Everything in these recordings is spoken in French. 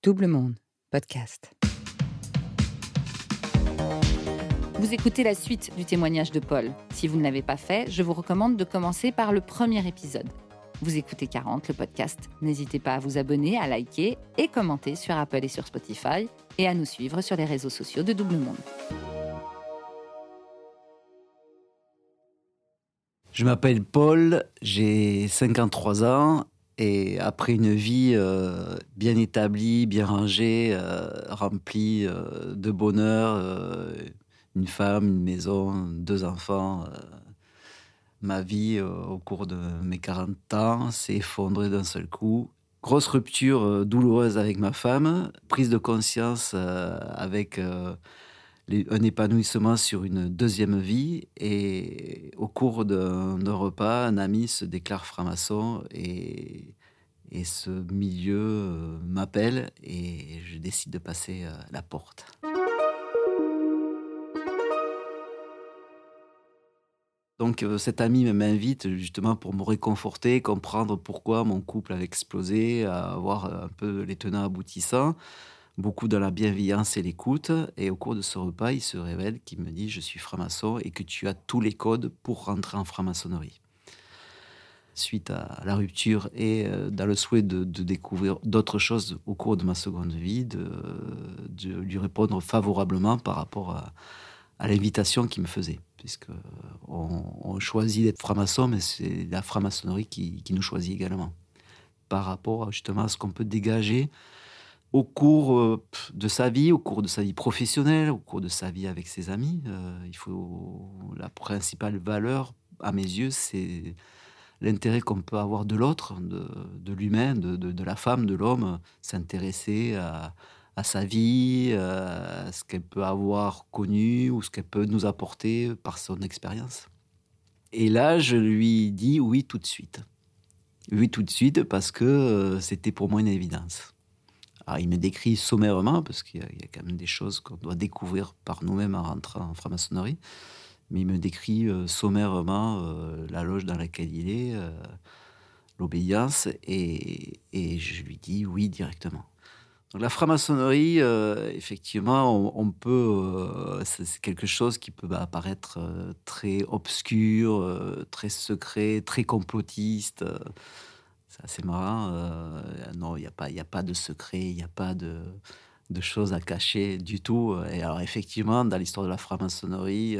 Double Monde, podcast. Vous écoutez la suite du témoignage de Paul. Si vous ne l'avez pas fait, je vous recommande de commencer par le premier épisode. Vous écoutez 40, le podcast. N'hésitez pas à vous abonner, à liker et commenter sur Apple et sur Spotify et à nous suivre sur les réseaux sociaux de Double Monde. Je m'appelle Paul, j'ai 53 ans et après une vie bien établie, bien rangée, remplie de bonheur, une femme, une maison, 2 enfants, ma vie au cours de mes 40 ans s'est effondrée d'un seul coup. Grosse rupture douloureuse avec ma femme, prise de conscience avec un épanouissement sur une deuxième vie. Et au cours d'un repas, un ami se déclare franc-maçon et ce milieu m'appelle et je décide de passer la porte. Donc cet ami m'invite justement pour me réconforter, comprendre pourquoi mon couple avait explosé, à voir un peu les tenants aboutissants. Beaucoup dans la bienveillance et l'écoute. Et au cours de ce repas, il se révèle qu'il me dit: «Je suis franc-maçon et que tu as tous les codes pour rentrer en franc-maçonnerie». Suite à la rupture et dans le souhait de découvrir d'autres choses au cours de ma seconde vie, de lui répondre favorablement par rapport à l'invitation qu'il me faisait. Puisque on choisit d'être franc-maçon, mais c'est la franc-maçonnerie qui nous choisit également. Par rapport justement à ce qu'on peut dégager au cours, de sa vie, au cours de sa vie professionnelle, au cours de sa vie avec ses amis. La principale valeur, à mes yeux, c'est l'intérêt qu'on peut avoir de l'autre, de l'humain, de la femme, de l'homme, s'intéresser à sa vie, à ce qu'elle peut avoir connu ou ce qu'elle peut nous apporter par son expérience. Et là, je lui dis oui tout de suite. Oui tout de suite parce que, c'était pour moi une évidence. Alors, il me décrit sommairement, parce qu'il y a quand même des choses qu'on doit découvrir par nous-mêmes en rentrant en franc-maçonnerie, mais il me décrit sommairement la loge dans laquelle il est, l'obéissance, et je lui dis oui directement. Donc la franc-maçonnerie, effectivement, on peut, c'est quelque chose qui peut apparaître très obscur, très secret, très complotiste. C'est assez marrant. Non, il y a pas de secret, il y a pas de choses à cacher du tout. Et alors effectivement, dans l'histoire de la franc-maçonnerie,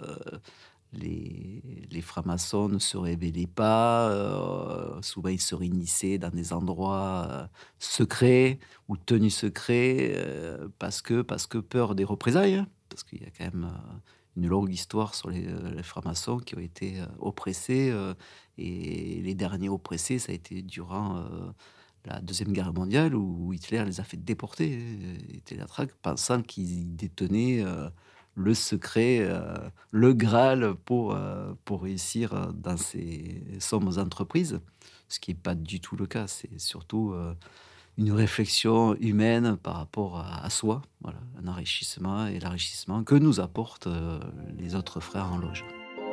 les francs-maçons ne se révélaient pas. Souvent, ils se réunissaient dans des endroits secrets ou tenus secrets, parce que peur des représailles, hein. Parce qu'il y a quand même une longue histoire sur les francs-maçons qui ont été oppressés. Et les derniers oppressés, ça a été durant la Deuxième Guerre mondiale où Hitler les a fait déporter, Hitler pensant qu'ils détenaient le secret, le Graal pour réussir dans ces sombres entreprises. Ce qui n'est pas du tout le cas. C'est surtout une réflexion humaine par rapport à soi. Voilà, un enrichissement et l'enrichissement que nous apportent les autres frères en loge.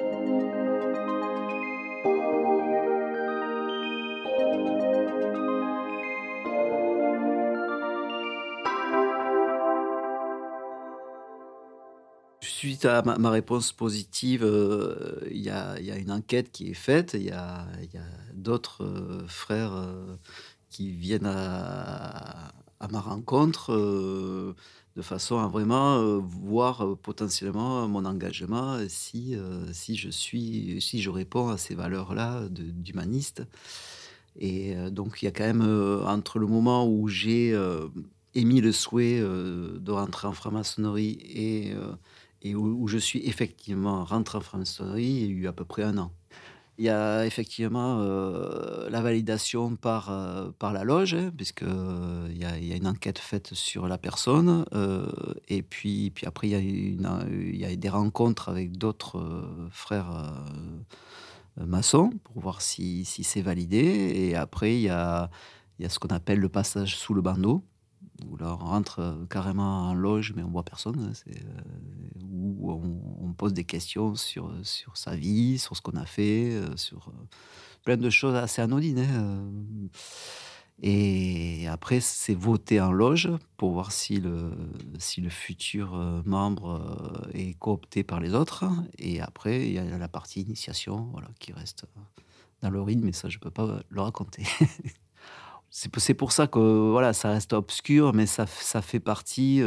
Suite à ma réponse positive, il y a une enquête qui est faite. Il y a d'autres frères qui viennent à ma rencontre, de façon à vraiment voir potentiellement mon engagement, si je réponds à ces valeurs-là d'humaniste. Et donc il y a quand même, entre le moment où j'ai émis le souhait de rentrer en franc-maçonnerie et où je suis effectivement rentré en franc-maçonnerie, il y a eu à peu près 1 an. Il y a effectivement la validation par la loge, hein, puisque, il y a une enquête faite sur la personne, et puis après il y a des rencontres avec d'autres frères maçons pour voir si c'est validé. Et après il y a ce qu'on appelle le passage sous le bandeau, où là, on rentre carrément en loge, mais on voit personne, hein. Où on pose des questions sur sa vie, sur ce qu'on a fait, sur plein de choses assez anodines, hein. Et après, c'est voté en loge pour voir si le futur, membre, est coopté par les autres. Et après, il y a la partie initiation, voilà, qui reste, dans le rythme, mais ça, je peux pas le raconter. C'est pour ça que, voilà, ça reste obscur, mais ça fait partie,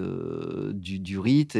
du rite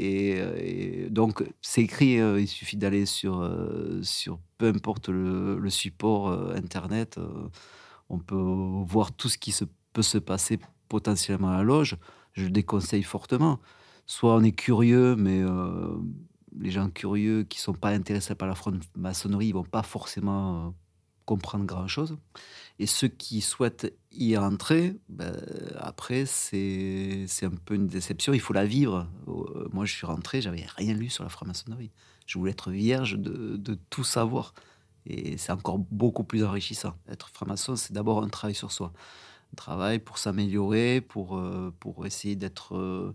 et donc c'est écrit, il suffit d'aller sur peu importe le support, internet, on peut voir tout ce qui peut se passer potentiellement à la loge. Je le déconseille fortement. Soit on est curieux, mais les gens curieux qui sont pas intéressés par la franc-maçonnerie, ils vont pas forcément, comprendre grand-chose. Et ceux qui souhaitent y rentrer, après c'est un peu une déception, il faut la vivre. Moi je suis rentré, j'avais rien lu sur la franc-maçonnerie. Je voulais être vierge de tout savoir et c'est encore beaucoup plus enrichissant. Être franc-maçon, c'est d'abord un travail sur soi. Un travail pour s'améliorer, pour essayer d'être,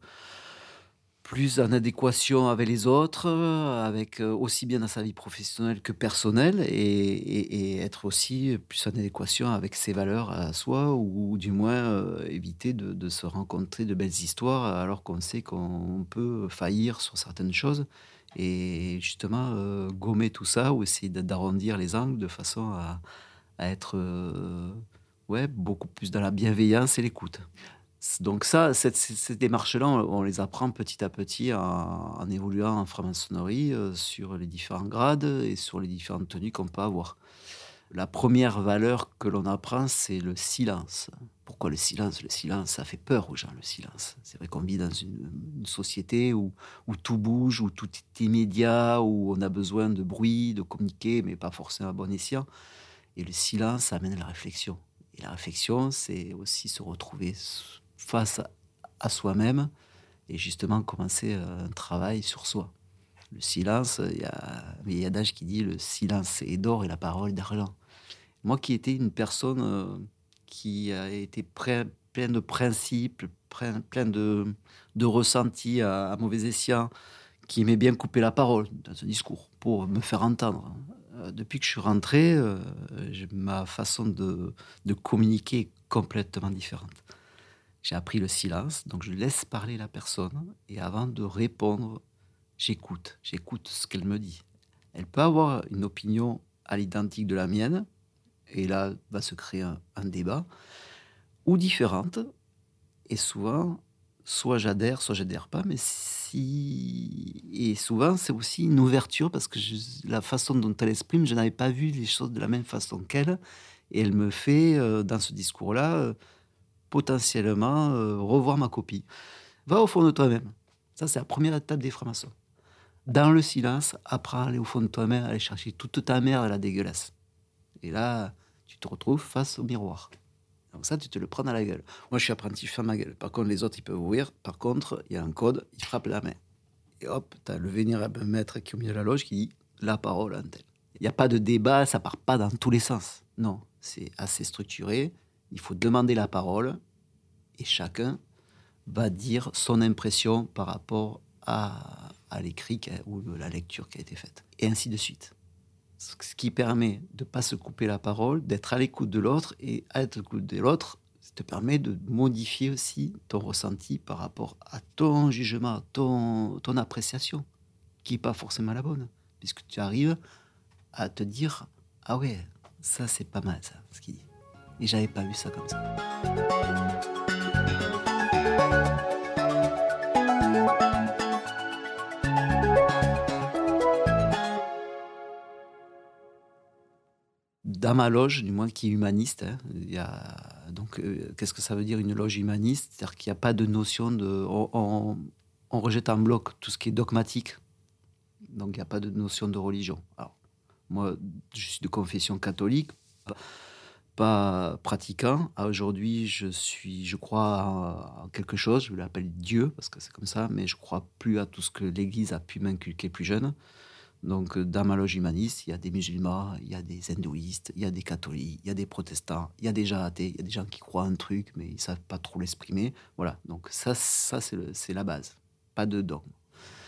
plus en adéquation avec les autres, avec, aussi bien dans sa vie professionnelle que personnelle et être aussi plus en adéquation avec ses valeurs à soi ou du moins, éviter de se rencontrer de belles histoires alors qu'on sait qu'on peut faillir sur certaines choses et justement, gommer tout ça ou essayer d'arrondir les angles de façon à être, ouais, beaucoup plus dans la bienveillance et l'écoute. Donc ça, ces démarches-là, on les apprend petit à petit en évoluant en franc-maçonnerie, sur les différents grades et sur les différentes tenues qu'on peut avoir. La première valeur que l'on apprend, c'est le silence. Pourquoi le silence? Le silence, ça fait peur aux gens, le silence. C'est vrai qu'on vit dans une société où tout bouge, où tout est immédiat, où on a besoin de bruit, de communiquer, mais pas forcément à bon escient. Et le silence amène à la réflexion. Et la réflexion, c'est aussi se retrouver face à soi-même et justement commencer un travail sur soi. Le silence, il y a d'âge qui dit le silence est d'or et la parole d'argent. Moi qui étais une personne qui a été plein de principes, plein de ressentis à mauvais escient, qui aimait bien couper la parole dans un discours pour me faire entendre. Depuis que je suis rentré, ma façon de communiquer est complètement différente. J'ai appris le silence, donc je laisse parler la personne et avant de répondre, j'écoute. J'écoute ce qu'elle me dit. Elle peut avoir une opinion à l'identique de la mienne et là va se créer un débat ou différente et souvent, soit j'adhère pas, mais si et souvent c'est aussi une ouverture parce que la façon dont elle exprime, je n'avais pas vu les choses de la même façon qu'elle et elle me fait, dans ce discours-là, potentiellement, revoir ma copie. Va au fond de toi-même. Ça, c'est la première étape des francs-maçons. Dans le silence, apprends à aller au fond de toi-même, à aller chercher toute ta merde, la dégueulasse. Et là, tu te retrouves face au miroir. Donc ça, tu te le prends dans la gueule. Moi, je suis apprenti, je ferme ma gueule. Par contre, les autres, ils peuvent ouvrir. Par contre, il y a un code, ils frappent la main. Et hop, tu as le vénérable maître qui est au milieu de la loge qui dit la parole à un tel. Il n'y a pas de débat, ça part pas dans tous les sens. Non, c'est assez structuré. Il faut demander la parole et chacun va dire son impression par rapport à l'écrit ou la lecture qui a été faite. Et ainsi de suite. Ce qui permet de ne pas se couper la parole, d'être à l'écoute de l'autre, et à être à l'écoute de l'autre, ça te permet de modifier aussi ton ressenti par rapport à ton jugement, ton appréciation, qui n'est pas forcément la bonne, puisque tu arrives à te dire « Ah ouais, ça c'est pas mal ça, ce qu'il dit. Et j'avais pas vu ça comme ça. » Dans ma loge, du moins qui est humaniste, hein, il y a donc qu'est-ce que ça veut dire une loge humaniste? C'est-à-dire qu'il y a pas de notion de on rejette en bloc tout ce qui est dogmatique, donc il y a pas de notion de religion. Alors moi, je suis de confession catholique, pas pratiquant. Aujourd'hui, je crois en quelque chose, je l'appelle Dieu parce que c'est comme ça, mais je crois plus à tout ce que l'Église a pu m'inculquer plus jeune. Donc, dans ma loge humaniste, il y a des musulmans, il y a des hindouistes, il y a des catholiques, il y a des protestants, il y a des gens athées, il y a des gens qui croient un truc, mais ils ne savent pas trop l'exprimer. Voilà, donc ça c'est la base, pas de dogme.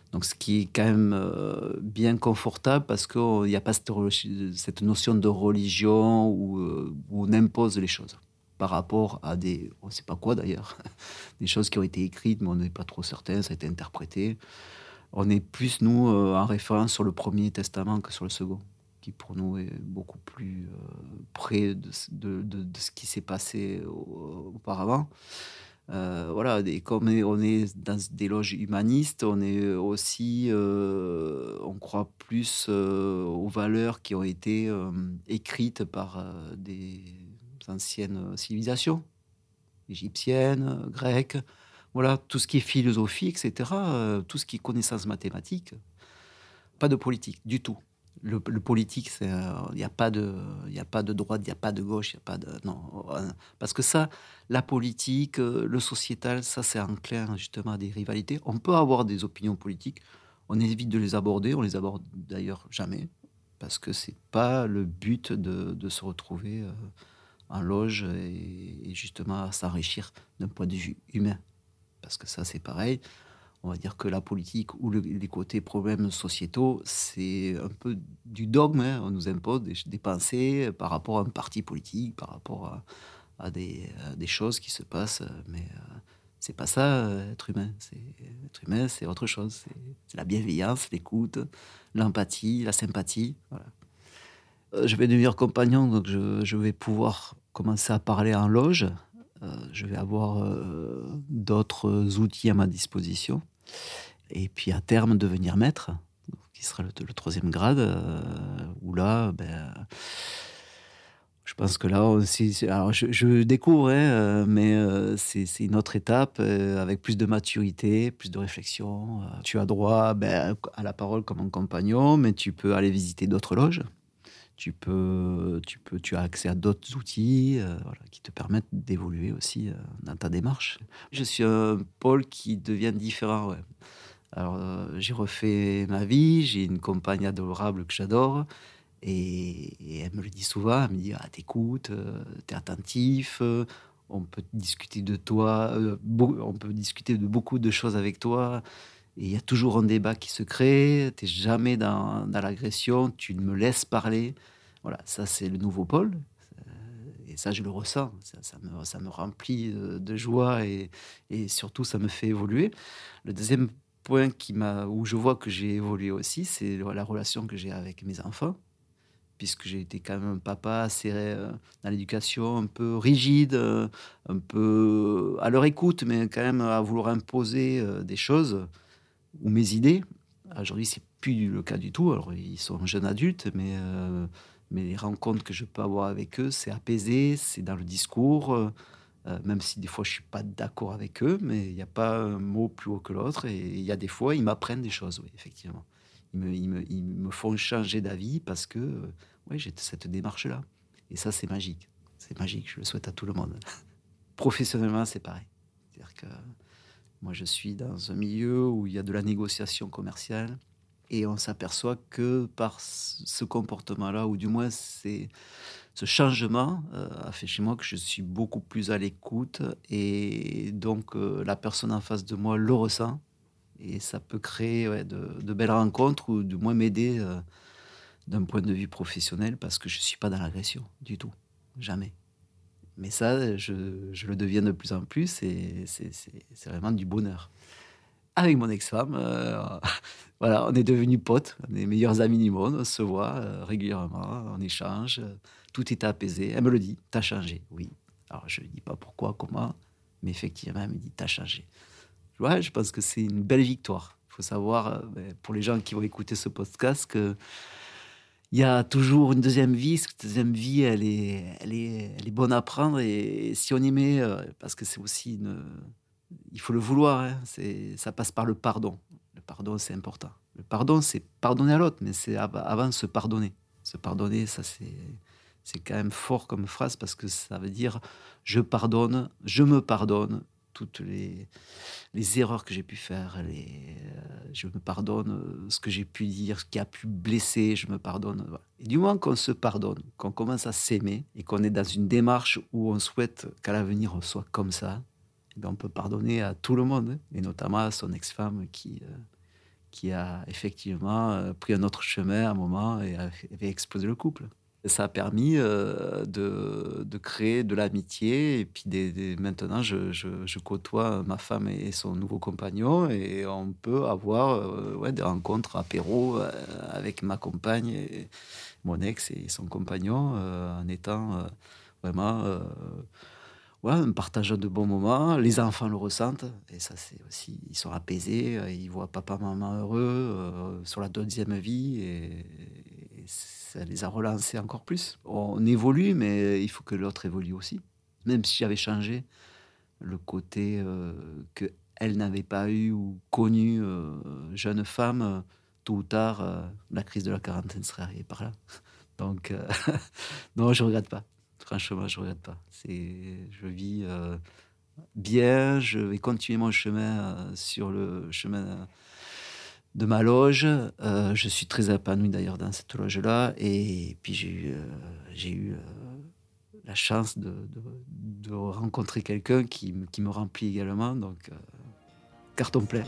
Donc ce qui est quand même, bien confortable parce qu'il n'y a pas cette notion de religion où on impose les choses par rapport à des on ne sait pas quoi d'ailleurs, des choses qui ont été écrites, mais on n'est pas trop certain, ça a été interprété. On est plus nous, en référence sur le Premier Testament que sur le second, qui pour nous est beaucoup plus, près de ce qui s'est passé auparavant. Voilà, et comme on est dans des loges humanistes, on est aussi, on croit plus, aux valeurs qui ont été, écrites par, des anciennes civilisations, égyptiennes, grecques. Voilà, tout ce qui est philosophie et cetera, tout ce qui est connaissances mathématiques, pas de politique du tout. Le politique, c'est, il y a pas de droite, il y a pas de gauche, il y a pas de non, parce que ça, la politique, le sociétal, ça, c'est enclin justement à des rivalités. On peut avoir des opinions politiques, on évite de les aborder, on les aborde d'ailleurs jamais, parce que c'est pas le but de se retrouver, en loge et justement à s'enrichir d'un point de vue humain. Parce que ça, c'est pareil. On va dire que la politique ou les côtés problèmes sociétaux, c'est un peu du dogme, hein. On nous impose des pensées par rapport à un parti politique, par rapport à des choses qui se passent, mais c'est pas ça, être humain. Être humain, c'est autre chose. C'est la bienveillance, l'écoute, l'empathie, la sympathie. Voilà. Je vais devenir compagnon, donc je vais pouvoir commencer à parler en loge. Je vais avoir d'autres outils à ma disposition. Et puis à terme, devenir maître, qui sera le troisième grade, où là, je pense que là aussi, alors je découvre, hein, mais c'est une autre étape avec plus de maturité, plus de réflexion. Tu as droit à la parole comme un compagnon, mais tu peux aller visiter d'autres loges. Tu as accès à d'autres outils, voilà, qui te permettent d'évoluer aussi, dans ta démarche. Je suis un pôle qui devient différent, ouais. Alors, j'ai refait ma vie, j'ai une compagne adorable que j'adore et elle me le dit souvent, elle me dit: «Ah, tu écoutes, tu attentif, on peut discuter de toi, on peut discuter de beaucoup de choses avec toi et il y a toujours un débat qui se crée, tu es jamais dans l'agression, tu me laisses parler». Voilà, ça c'est le nouveau pôle, et ça je le ressens, ça me remplit, de joie et surtout ça me fait évoluer. Le deuxième point où je vois que j'ai évolué aussi, c'est la relation que j'ai avec mes enfants, puisque j'ai été quand même un papa assez, dans l'éducation un peu rigide, un peu à leur écoute, mais quand même à vouloir imposer, des choses ou mes idées. Aujourd'hui, c'est plus le cas du tout. Alors ils sont jeunes adultes, mais les rencontres que je peux avoir avec eux, c'est apaisé, c'est dans le discours, même si des fois je suis pas d'accord avec eux, mais il y a pas un mot plus haut que l'autre et il y a des fois, ils m'apprennent des choses, oui, effectivement. Ils me font changer d'avis parce que, ouais, j'ai cette démarche-là et ça, c'est magique. C'est magique, je le souhaite à tout le monde. Professionnellement, c'est pareil. C'est-à-dire que moi, je suis dans un milieu où il y a de la négociation commerciale et on s'aperçoit que par ce comportement-là, ou du moins ce changement, a fait chez moi que je suis beaucoup plus à l'écoute et donc la personne en face de moi le ressent et ça peut créer, ouais, de belles rencontres ou du moins m'aider, d'un point de vue professionnel parce que je ne suis pas dans l'agression du tout, jamais. Mais ça, je le deviens de plus en plus et c'est vraiment du bonheur. Avec mon ex-femme, voilà, on est devenus potes, on est meilleurs amis du monde, on se voit, régulièrement, on échange, tout est apaisé. Elle me le dit: «Tu changé». Oui. Alors je ne dis pas pourquoi, comment, mais effectivement, elle me dit: «Tu changé». Ouais, je pense que c'est une belle victoire. Il faut savoir, pour les gens qui vont écouter ce podcast, qu'il y a toujours une deuxième vie. Cette deuxième vie, elle est bonne à prendre et si on y met, parce que c'est aussi il faut le vouloir, hein, ça passe par le pardon. Le pardon, c'est important. Le pardon, c'est pardonner à l'autre, mais c'est avant de se pardonner. Se pardonner, ça, c'est quand même fort comme phrase parce que ça veut dire: «Je pardonne, je me pardonne toutes les erreurs que j'ai pu faire, je me pardonne, ce que j'ai pu dire, ce qui a pu blesser, je me pardonne», voilà. Et du moment qu'on se pardonne, qu'on commence à s'aimer et qu'on est dans une démarche où on souhaite qu'à l'avenir on soit comme ça, eh ben, on peut pardonner à tout le monde, hein, et notamment à son ex-femme qui a effectivement pris un autre chemin à un moment et avait explosé le couple. Et ça a permis de créer de l'amitié. Et puis maintenant, je côtoie ma femme et son nouveau compagnon. Et on peut avoir des rencontres apéro avec ma compagne, et mon ex et son compagnon, en étant vraiment en partageant de bons moments. Les enfants le ressentent. Et ça, c'est aussi, ils sont apaisés. Ils voient papa, maman heureux sur la deuxième vie. Et ça les a relancés encore plus. On évolue, mais il faut que l'autre évolue aussi. Même si j'avais changé le côté qu'elle n'avait pas eu ou connu jeune femme, tôt ou tard, la crise de la quarantaine serait arrivée par là. Donc, non, je ne regrette pas. Franchement, je ne regrette pas. Je vis bien, je vais continuer mon chemin sur le chemin de ma loge. Je suis très épanoui d'ailleurs dans cette loge-là. Et puis j'ai eu la chance de rencontrer quelqu'un qui me remplit également. Donc, carton plein.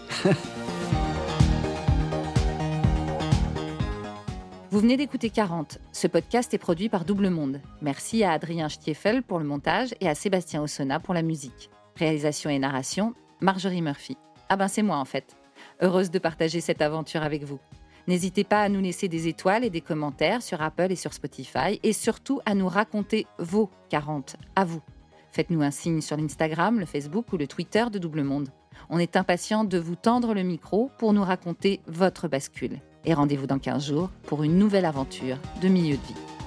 Vous venez d'écouter 40. Ce podcast est produit par Double Monde. Merci à Adrien Stiefel pour le montage et à Sébastien Ossona pour la musique. Réalisation et narration, Marjorie Murphy. Ah ben c'est moi en fait. Heureuse de partager cette aventure avec vous. N'hésitez pas à nous laisser des étoiles et des commentaires sur Apple et sur Spotify et surtout à nous raconter vos 40 à vous. Faites-nous un signe sur l'Instagram, le Facebook ou le Twitter de Double Monde. On est impatient de vous tendre le micro pour nous raconter votre bascule. Et rendez-vous dans 15 jours pour une nouvelle aventure de milieu de vie.